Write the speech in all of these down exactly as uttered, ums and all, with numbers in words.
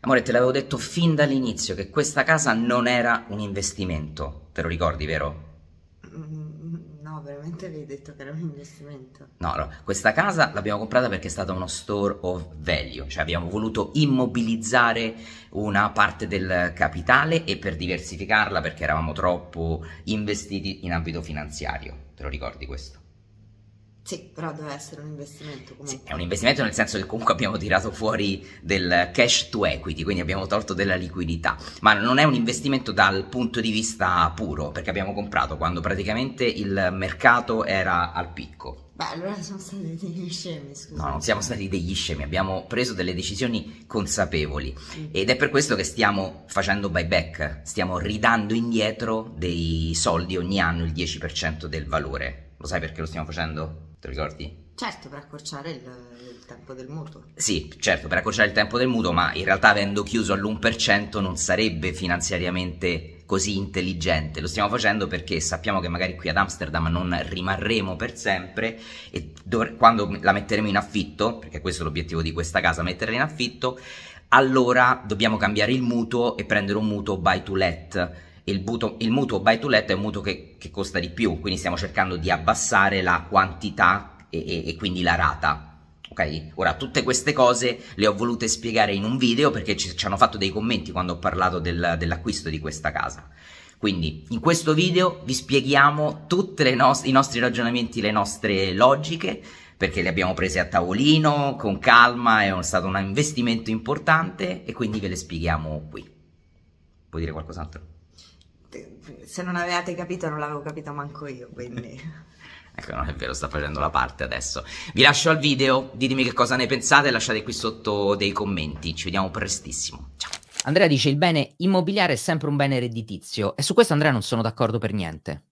Amore, te l'avevo detto fin dall'inizio che questa casa non era un investimento, te lo ricordi, vero? Mm, no, veramente avevi detto che era un investimento. No, allora, questa casa l'abbiamo comprata perché è stata uno store of value, cioè abbiamo voluto immobilizzare una parte del capitale e per diversificarla perché eravamo troppo investiti in ambito finanziario, te lo ricordi questo? Sì, però deve essere un investimento Sì, è un comunque. investimento nel senso che comunque abbiamo tirato fuori del cash to equity, quindi abbiamo tolto della liquidità, ma non è un investimento dal punto di vista puro, perché abbiamo comprato quando praticamente il mercato era al picco. Beh, allora sono stati degli scemi, No, non scusami. siamo stati degli scemi, abbiamo preso delle decisioni consapevoli Mm. ed è per questo che stiamo facendo buyback, stiamo ridando indietro dei soldi ogni anno, il dieci per cento del valore. Lo sai perché lo stiamo facendo? Te lo ricordi? Certo, per accorciare il, il tempo del mutuo. Sì, certo, per accorciare il tempo del mutuo, ma in realtà avendo chiuso all'uno per cento non sarebbe finanziariamente così intelligente. Lo stiamo facendo perché sappiamo che magari qui ad Amsterdam non rimarremo per sempre e dovre- quando la metteremo in affitto, perché questo è l'obiettivo di questa casa, metterla in affitto, allora dobbiamo cambiare il mutuo e prendere un mutuo buy to let. Il, buto- il mutuo buy to let è un mutuo che, che costa di più, quindi stiamo cercando di abbassare la quantità e, e- e quindi la rata. Ok? Ora, tutte queste cose le ho volute spiegare in un video perché ci, ci hanno fatto dei commenti quando ho parlato del- dell'acquisto di questa casa. Quindi, in questo video vi spieghiamo tutti i nostri ragionamenti, le nostre logiche, perché le abbiamo prese a tavolino, con calma, è stato un investimento importante e quindi ve le spieghiamo qui. Puoi dire qualcos'altro? Se non avevate capito, non l'avevo capito manco io, quindi... Ecco, non è vero, sta facendo la parte adesso. Vi lascio al video, ditemi che cosa ne pensate e lasciate qui sotto dei commenti. Ci vediamo prestissimo. Ciao. Andrea dice il bene immobiliare è sempre un bene redditizio e su questo Andrea non sono d'accordo per niente.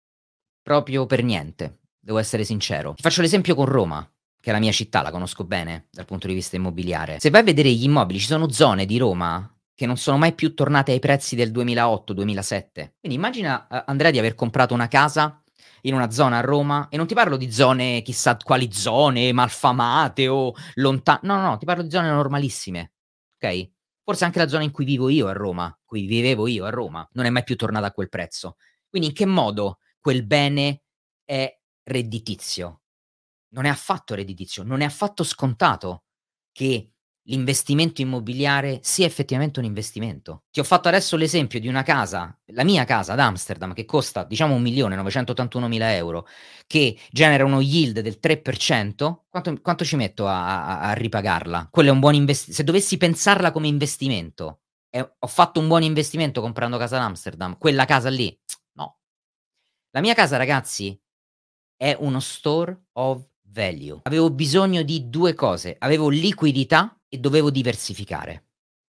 Proprio per niente, devo essere sincero. Ti faccio l'esempio con Roma, che è la mia città, la conosco bene dal punto di vista immobiliare. Se vai a vedere gli immobili, ci sono zone di Roma che non sono mai più tornate ai prezzi del duemilaotto duemilasette. Quindi immagina, eh, Andrea, di aver comprato una casa in una zona a Roma, e non ti parlo di zone, chissà quali zone, malfamate o lontane, no, no, no, ti parlo di zone normalissime, ok? Forse anche la zona in cui vivo io a Roma, cui vivevo io a Roma, non è mai più tornata a quel prezzo. Quindi in che modo quel bene è redditizio? Non è affatto redditizio, non è affatto scontato che l'investimento immobiliare sia effettivamente un investimento. Ti ho fatto adesso l'esempio di una casa, la mia casa ad Amsterdam, che costa diciamo un milione novecentottantunomila euro, che genera uno yield del tre per cento. Quanto, quanto ci metto a, a, a ripagarla? Quello è un buon investimento. Se dovessi pensarla come investimento, è, ho fatto un buon investimento comprando casa ad Amsterdam, quella casa lì, no. La mia casa, ragazzi, è uno store of value. Avevo bisogno di due cose, avevo liquidità e dovevo diversificare.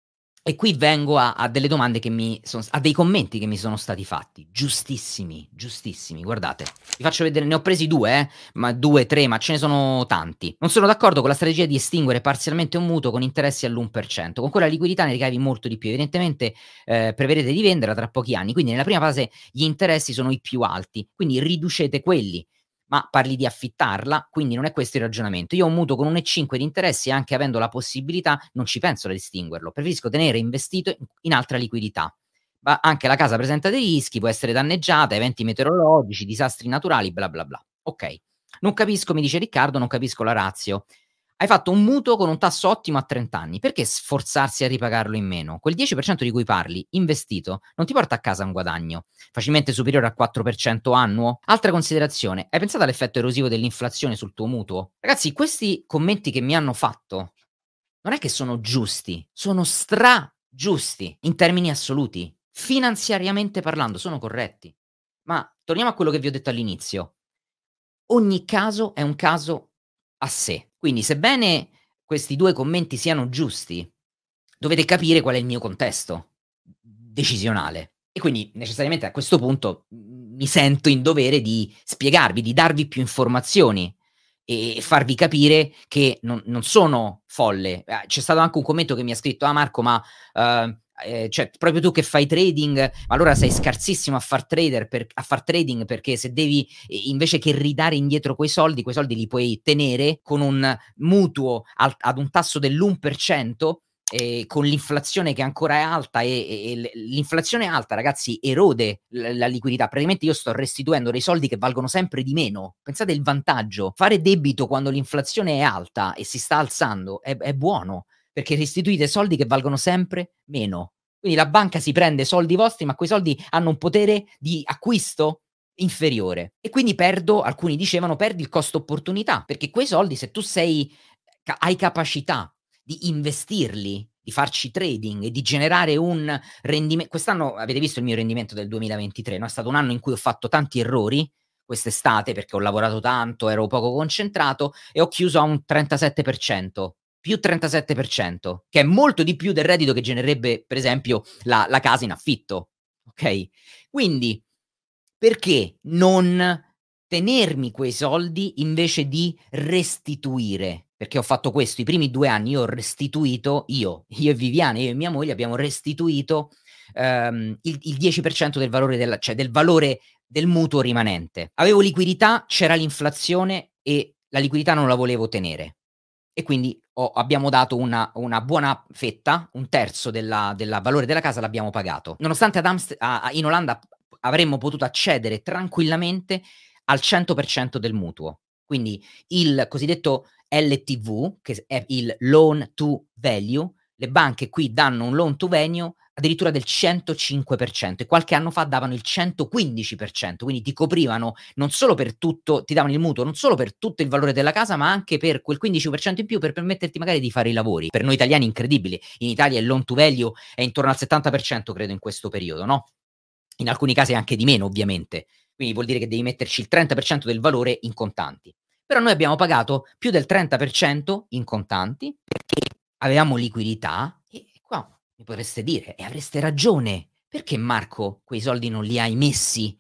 E qui vengo a, a delle domande che mi sono, a dei commenti che mi sono stati fatti, giustissimi, giustissimi. Guardate, vi faccio vedere, ne ho presi due, eh, ma due, tre, ma ce ne sono tanti. Non sono d'accordo con la strategia di estinguere parzialmente un mutuo con interessi all'uno per cento. Con quella liquidità ne ricavi molto di più. Evidentemente eh, prevedete di venderla tra pochi anni, quindi nella prima fase gli interessi sono i più alti, quindi riducete quelli. Ma parli di affittarla, quindi non è questo il ragionamento. Io ho un mutuo con un e cinque di interessi e anche avendo la possibilità non ci penso a distinguerlo, preferisco tenere investito in altra liquidità. Ma anche la casa presenta dei rischi, può essere danneggiata, eventi meteorologici, disastri naturali, bla bla bla. Ok, non capisco, mi dice Riccardo, non capisco la ratio. Hai fatto un mutuo con un tasso ottimo a trenta anni, perché sforzarsi a ripagarlo in meno? Quel dieci per cento di cui parli, investito, non ti porta a casa un guadagno facilmente superiore al quattro per cento annuo? Altra considerazione, hai pensato all'effetto erosivo dell'inflazione sul tuo mutuo? Ragazzi, questi commenti che mi hanno fatto non è che sono giusti, sono stra giusti in termini assoluti. Finanziariamente parlando, sono corretti. Ma torniamo a quello che vi ho detto all'inizio. Ogni caso è un caso a sé. Quindi, sebbene questi due commenti siano giusti, dovete capire qual è il mio contesto decisionale. E quindi necessariamente a questo punto mh, mi sento in dovere di spiegarvi, di darvi più informazioni e farvi capire che non, non sono folle. Eh, c'è stato anche un commento che mi ha scritto: Ah, Marco, ma eh, eh, cioè, proprio tu che fai trading, ma allora sei scarsissimo a far trader per, a far trading, perché se devi eh, invece che ridare indietro quei soldi, quei soldi li puoi tenere con un mutuo al, ad un tasso dell'uno per cento E con l'inflazione che ancora è alta e, e, e l'inflazione alta, ragazzi, erode la, la liquidità. Praticamente io sto restituendo dei soldi che valgono sempre di meno. Pensate il vantaggio. Fare debito quando l'inflazione è alta e si sta alzando è, è buono, perché restituite soldi che valgono sempre meno. Quindi la banca si prende soldi vostri, ma quei soldi hanno un potere di acquisto inferiore. E quindi perdo, alcuni dicevano, perdi il costo opportunità, perché quei soldi, se tu sei, hai capacità di investirli, di farci trading e di generare un rendimento. Quest'anno avete visto il mio rendimento del duemilaventitré, no? È stato un anno in cui ho fatto tanti errori quest'estate perché ho lavorato tanto, ero poco concentrato e ho chiuso a un trentasette per cento, più trentasette per cento, che è molto di più del reddito che genererebbe, per esempio, la, la casa in affitto. Ok? Quindi, perché non tenermi quei soldi invece di restituire? Perché ho fatto questo, i primi due anni io ho restituito, io, io e Viviana, io e mia moglie abbiamo restituito ehm, il, il dieci per cento del valore, della, cioè del valore del mutuo rimanente. Avevo liquidità, c'era l'inflazione e la liquidità non la volevo tenere. E quindi ho, abbiamo dato una, una buona fetta, un terzo del valore della casa l'abbiamo pagato. Nonostante ad Amst- a, a, in Olanda avremmo potuto accedere tranquillamente al cento per cento del mutuo. Quindi il cosiddetto L T V, che è il loan to value, le banche qui danno un loan to value addirittura del centocinque per cento e qualche anno fa davano il centoquindici per cento, quindi ti coprivano non solo per tutto, ti davano il mutuo non solo per tutto il valore della casa, ma anche per quel quindici per cento in più per permetterti magari di fare i lavori. Per noi italiani incredibile, in Italia il loan to value è intorno al settanta per cento credo in questo periodo, no? In alcuni casi anche di meno ovviamente, quindi vuol dire che devi metterci il trenta per cento del valore in contanti. Però noi abbiamo pagato più del trenta per cento in contanti perché avevamo liquidità e qua mi potreste dire, e avreste ragione, perché Marco quei soldi non li hai messi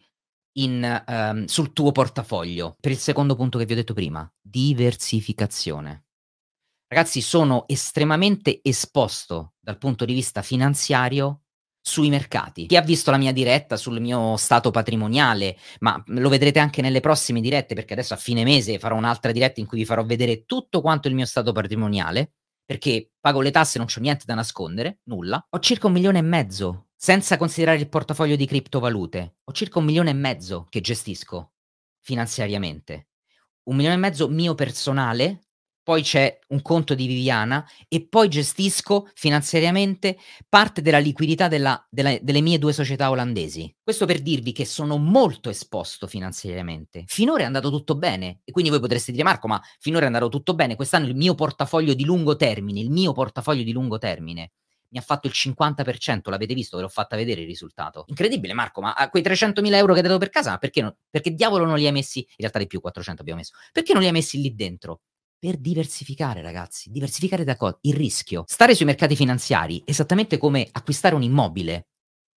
in, um, sul tuo portafoglio? Per il secondo punto che vi ho detto prima, diversificazione. Ragazzi, sono estremamente esposto dal punto di vista finanziario sui mercati. Chi ha visto la mia diretta sul mio stato patrimoniale, ma lo vedrete anche nelle prossime dirette, perché adesso a fine mese farò un'altra diretta in cui vi farò vedere tutto quanto il mio stato patrimoniale, perché pago le tasse, non c'ho niente da nascondere, nulla. Ho circa un milione e mezzo, senza considerare il portafoglio di criptovalute. Ho circa un milione e mezzo che gestisco finanziariamente. Un milione e mezzo mio personale, poi c'è un conto di Viviana e poi gestisco finanziariamente parte della liquidità della, della, delle mie due società olandesi. Questo per dirvi che sono molto esposto finanziariamente. Finora è andato tutto bene e quindi voi potreste dire Marco, ma finora è andato tutto bene, quest'anno il mio portafoglio di lungo termine, il mio portafoglio di lungo termine mi ha fatto il cinquanta per cento, l'avete visto, ve l'ho fatta vedere il risultato. Incredibile Marco, ma a quei trecentomila euro che hai dato per casa, perché, no, perché diavolo non li hai messi, in realtà di più, quattrocento abbiamo messo, perché non li hai messi lì dentro? Per diversificare, ragazzi. Diversificare da cosa? Il rischio. Stare sui mercati finanziari, esattamente come acquistare un immobile,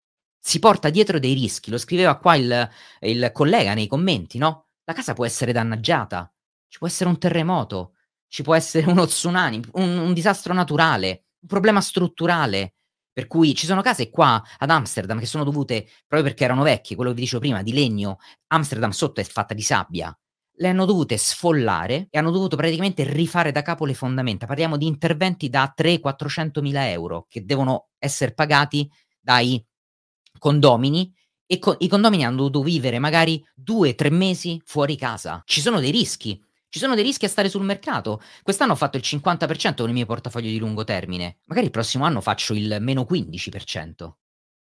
si porta dietro dei rischi. Lo scriveva qua il, il collega nei commenti, no? La casa può essere danneggiata, ci può essere un terremoto, ci può essere uno tsunami, un, un disastro naturale, un problema strutturale. Per cui ci sono case qua ad Amsterdam che sono dovute, proprio perché erano vecchie, quello che vi dicevo prima, di legno. Amsterdam sotto è fatta di sabbia. Le hanno dovute sfollare e hanno dovuto praticamente rifare da capo le fondamenta. Parliamo di interventi da trecento-quattrocento mila euro che devono essere pagati dai condomini e co- i condomini hanno dovuto vivere magari due, tre mesi fuori casa. Ci sono dei rischi. Ci sono dei rischi a stare sul mercato. Quest'anno ho fatto il cinquanta per cento con il mio portafoglio di lungo termine. Magari il prossimo anno faccio il meno quindici per cento.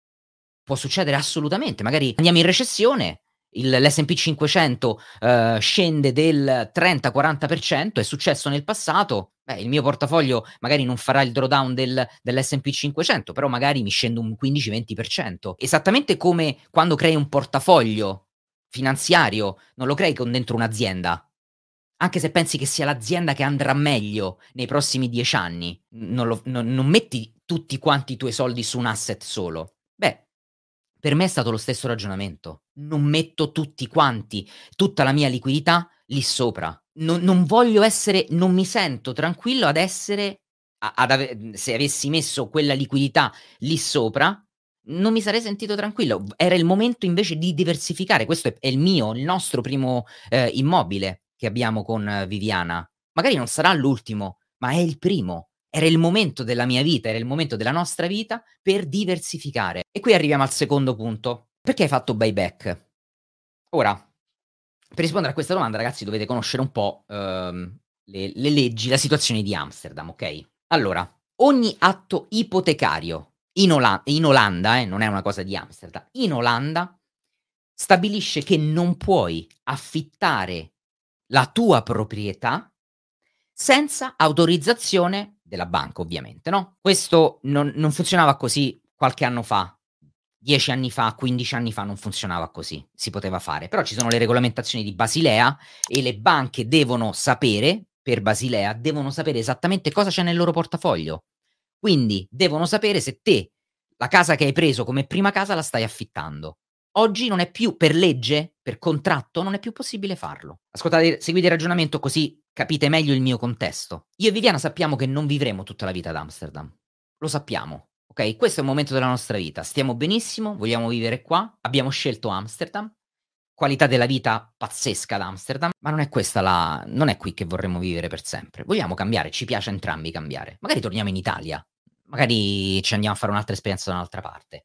Può succedere assolutamente. Magari andiamo in recessione, il, l'S and P cinquecento uh, scende del trenta-quaranta per cento, è successo nel passato. Beh, il mio portafoglio magari non farà il drawdown del, dell'S and P cinquecento, però magari mi scende un quindici-venti per cento. Esattamente come quando crei un portafoglio finanziario, non lo crei con dentro un'azienda. Anche se pensi che sia l'azienda che andrà meglio nei prossimi dieci anni, non, lo, non, non metti tutti quanti i tuoi soldi su un asset solo. Beh, per me è stato lo stesso ragionamento. Non metto tutti quanti, tutta la mia liquidità lì sopra. Non, non voglio essere, non mi sento tranquillo ad essere, a, ad ave, se avessi messo quella liquidità lì sopra, non mi sarei sentito tranquillo. Era il momento invece di diversificare. Questo è, è il mio, il nostro primo eh, immobile che abbiamo con Viviana. Magari non sarà l'ultimo, ma è il primo. Era il momento della mia vita, era il momento della nostra vita per diversificare. E qui arriviamo al secondo punto. Perché hai fatto buyback? Ora, per rispondere a questa domanda, ragazzi, dovete conoscere un po' ehm, le, le leggi, la situazione di Amsterdam, ok? Allora, ogni atto ipotecario in, Ola- in Olanda, eh, non è una cosa di Amsterdam, in Olanda stabilisce che non puoi affittare la tua proprietà senza autorizzazione della banca, ovviamente, no? Questo non, non funzionava così qualche anno fa. Dieci anni fa, quindici anni fa non funzionava così, si poteva fare. Però ci sono le regolamentazioni di Basilea e le banche devono sapere, per Basilea, devono sapere esattamente cosa c'è nel loro portafoglio. Quindi devono sapere se te la casa che hai preso come prima casa la stai affittando. Oggi non è più, per legge, per contratto, non è più possibile farlo. Ascoltate, seguite il ragionamento così capite meglio il mio contesto. Io e Viviana sappiamo che non vivremo tutta la vita ad Amsterdam. Lo sappiamo, ok? Questo è un momento della nostra vita. Stiamo benissimo, vogliamo vivere qua, abbiamo scelto Amsterdam, qualità della vita pazzesca ad Amsterdam, ma non è questa la... non è qui che vorremmo vivere per sempre. Vogliamo cambiare, ci piace a entrambi cambiare. Magari torniamo in Italia, magari ci andiamo a fare un'altra esperienza da un'altra parte.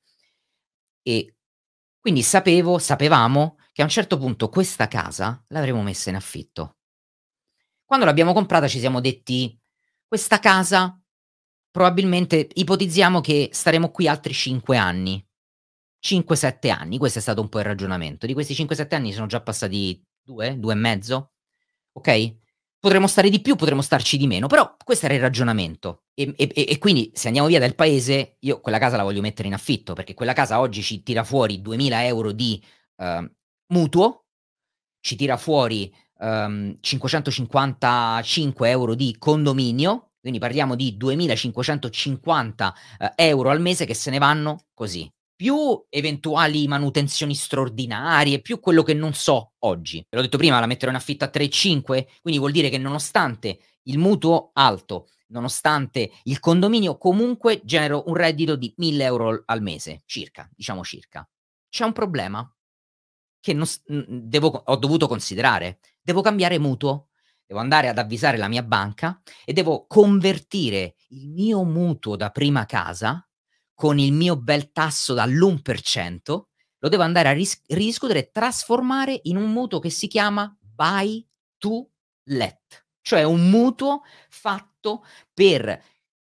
E quindi sapevo, sapevamo che a un certo punto questa casa l'avremmo messa in affitto. Quando l'abbiamo comprata ci siamo detti, questa casa probabilmente ipotizziamo che staremo qui altri cinque anni, cinque sette anni, questo è stato un po' il ragionamento. Di questi cinque sette anni sono già passati due, due e mezzo, ok? Potremmo stare di più, potremmo starci di meno, però questo era il ragionamento. E, e, e quindi se andiamo via dal paese, io quella casa la voglio mettere in affitto, perché quella casa oggi ci tira fuori duemila euro di eh, mutuo, ci tira fuori um, cinquecentocinquantacinque euro di condominio, quindi parliamo di duemilacinquecentocinquanta eh, euro al mese che se ne vanno così, più eventuali manutenzioni straordinarie, più quello che non so oggi. Ve l'ho detto prima, la metterò in affitto a tre virgola cinque, quindi vuol dire che nonostante il mutuo alto, nonostante il condominio, comunque genero un reddito di mille euro al mese, circa, diciamo circa. C'è un problema che non s- mh, devo, ho dovuto considerare. Devo cambiare mutuo, devo andare ad avvisare la mia banca e devo convertire il mio mutuo da prima casa con il mio bel tasso dall'uno per cento, lo devo andare a ris- ridiscutere e trasformare in un mutuo che si chiama Buy to Let, cioè un mutuo fatto per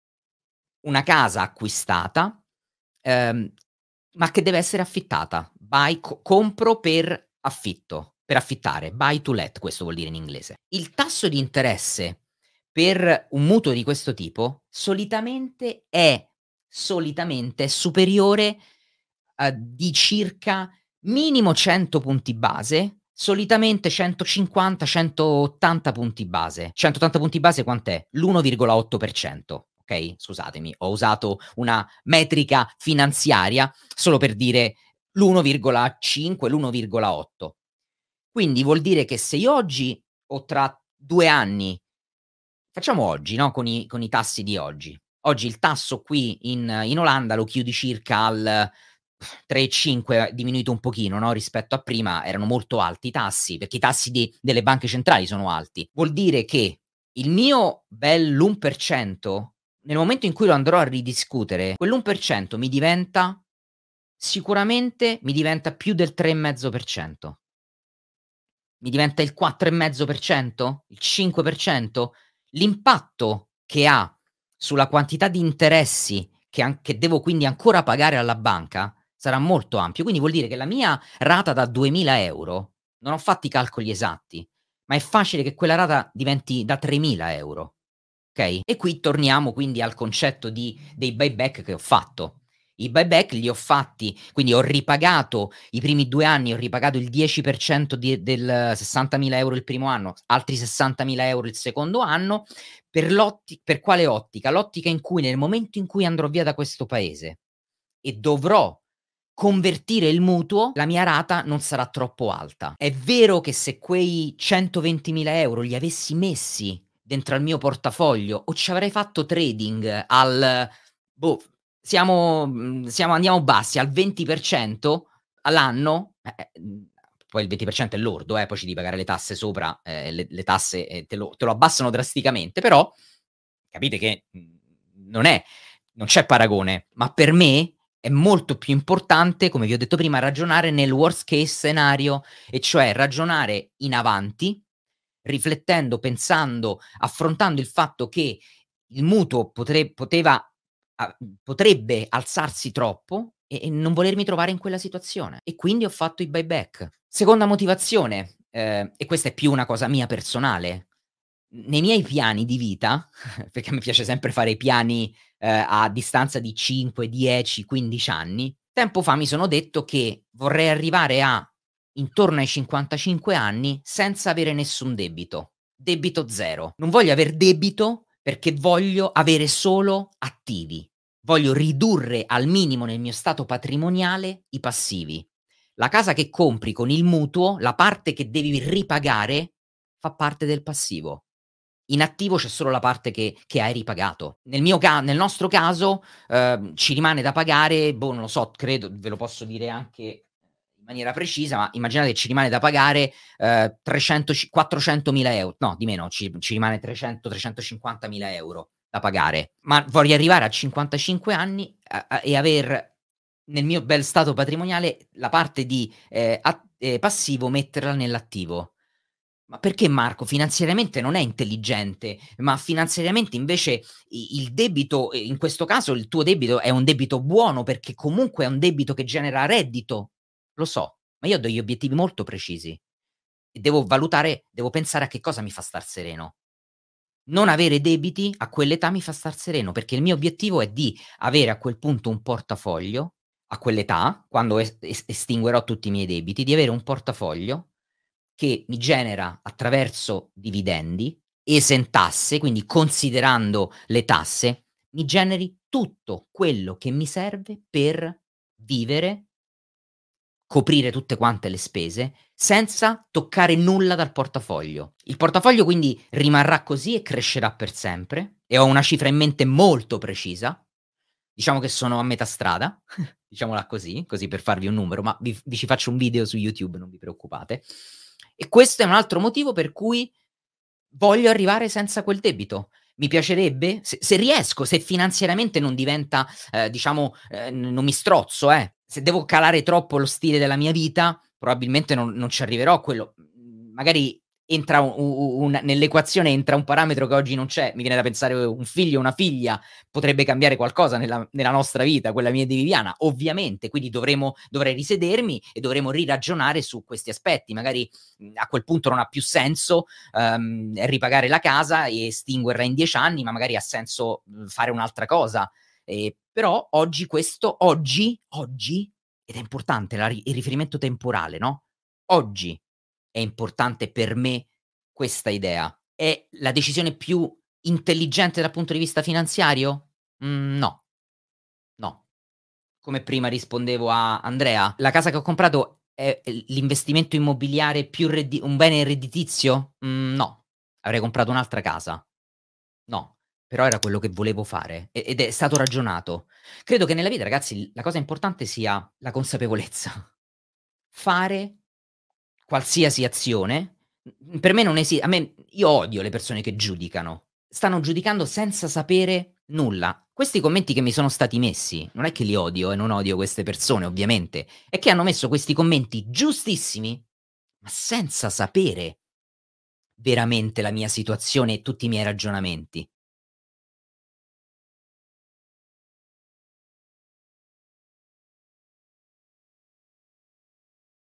una casa acquistata, ehm, ma che deve essere affittata. Buy co compro per affitto, per affittare, buy to let, questo vuol dire in inglese. Il tasso di interesse per un mutuo di questo tipo solitamente è solitamente superiore a di circa minimo cento punti base, solitamente centocinquanta, centottanta punti base. centottanta punti base quant'è? l'uno virgola otto per cento, ok? Scusatemi, ho usato una metrica finanziaria solo per dire l'uno virgola cinque, l'uno virgola otto. Quindi vuol dire che se io oggi o tra due anni, facciamo oggi, no, con i con i tassi di oggi. Oggi il tasso qui in in Olanda lo chiudi circa al tre virgola cinque, diminuito un pochino, no, rispetto a prima, erano molto alti i tassi, perché i tassi di delle banche centrali sono alti. Vuol dire che il mio bell'uno per cento, nel momento in cui lo andrò a ridiscutere, quell'uno per cento mi diventa sicuramente mi diventa più del tre virgola cinque per cento. Mi diventa il quattro virgola cinque per cento? Il cinque per cento? L'impatto che ha sulla quantità di interessi che an che devo quindi ancora pagare alla banca sarà molto ampio. Quindi vuol dire che la mia rata da duemila euro, non ho fatto i calcoli esatti, ma è facile che quella rata diventi da tremila euro, okay? E qui torniamo quindi al concetto di dei buyback che ho fatto. I buyback li ho fatti, quindi ho ripagato i primi due anni, ho ripagato il dieci per cento di del sessantamila euro il primo anno, altri sessantamila euro il secondo anno, per l'otti per quale ottica? L'ottica in cui nel momento in cui andrò via da questo paese e dovrò convertire il mutuo, la mia rata non sarà troppo alta. È vero che se quei centoventimila euro li avessi messi dentro al mio portafoglio o ci avrei fatto trading al boh, siamo mhmm, siamo andiamo bassi al venti per cento all'anno, eh, eh, mhmm, poi il venti per cento è lordo, eh, poi ci devi pagare le tasse sopra, ehm, le le tasse, ehm, te lo te lo abbassano drasticamente, però capite che, mhmm, non è non c'è paragone, ma per me è molto più importante, come vi ho detto prima, ragionare nel worst case scenario, e cioè ragionare in avanti, riflettendo, pensando, affrontando il fatto che il mutuo potre poteva a potrebbe alzarsi troppo e e non volermi trovare in quella situazione. E quindi ho fatto i buyback. Seconda motivazione, ehm, e questa è più una cosa mia personale, nei miei piani di vita, perché a me piace sempre fare i piani, ehm, a distanza di cinque, dieci, quindici anni, tempo fa mi sono detto che vorrei arrivare a intorno ai cinquantacinque anni senza avere nessun debito, debito zero. Non voglio aver debito perché voglio avere solo attivi. Voglio ridurre al minimo nel mio stato patrimoniale i passivi. La casa che compri con il mutuo, la parte che devi ripagare fa parte del passivo. In attivo c'è solo la parte che che hai ripagato. Nel mio ca nel nostro caso, uhm, ci rimane da pagare, boh, non lo so, credo ve lo posso dire anche in maniera precisa, ma immaginate che ci rimane da pagare, uhm, trecentoci quattrocentomila euro, no, di meno, ci ci rimane trecento, trecentocinquantamila euro da pagare. Ma voglio arrivare a cinquantacinque anni a a e aver nel mio bel stato patrimoniale la parte di, ehm, at ehm, passivo metterla nell'attivo. Ma perché Marco? Finanziariamente non è intelligente, ma finanziariamente invece i il debito, e in questo caso il tuo debito è un debito buono, perché comunque è un debito che genera reddito. Lo so, ma io ho degli obiettivi molto precisi e devo valutare, devo pensare a che cosa mi fa star sereno. Non avere debiti a quell'età mi fa star sereno, perché il mio obiettivo è di avere a quel punto un portafoglio, a quell'età, quando es es estinguerò tutti i miei debiti, di avere un portafoglio che mi genera attraverso dividendi, esentasse, quindi considerando le tasse, mi generi tutto quello che mi serve per vivere, coprire tutte quante le spese, senza toccare nulla dal portafoglio. Il portafoglio quindi rimarrà così e crescerà per sempre, e ho una cifra in mente molto precisa. Diciamo che sono a metà strada, diciamola così, così per farvi un numero, ma vi f vi ci faccio un video su YouTube, non vi preoccupate. E questo è un altro motivo per cui voglio arrivare senza quel debito. Mi piacerebbe? Se se riesco, se finanziariamente non diventa, ehm, diciamo, ehm, n non mi strozzo, eh. Se devo calare troppo lo stile della mia vita, probabilmente non non ci arriverò a quello. Mhmm, magari entra u u un nell'equazione entra un parametro che oggi non c'è. Mi viene da pensare un figlio, una figlia, potrebbe cambiare qualcosa nella nella nostra vita, quella mia di Viviana, ovviamente, quindi dovremo dovrei risedermi e dovremo riragionare su questi aspetti. Magari, mhmm, a quel punto non ha più senso, uhm, ripagare la casa e estinguerla in dieci anni, ma magari ha senso, mhmm, fare un'altra cosa. Ehm, però oggi questo oggi, oggi, ed è importante la ri il riferimento temporale, no, oggi è importante per me questa idea. È la decisione più intelligente dal punto di vista finanziario? Mhmm, no, no. Come prima rispondevo a Andrea, la casa che ho comprato è l l'investimento immobiliare più reddi un bene redditizio? Mhmm, no. Avrei comprato un'altra casa. No. Però era quello che volevo fare e ed è stato ragionato. Credo che nella vita, ragazzi, l la cosa importante sia la consapevolezza. Fare qualsiasi azione, mhmm, per me non esi a me io odio le persone che giudicano. Stanno giudicando senza sapere nulla. Questi commenti che mi sono stati messi, non è che li odio e non odio queste persone ovviamente, è che hanno messo questi commenti giustissimi, ma senza sapere veramente la mia situazione e tutti i miei ragionamenti.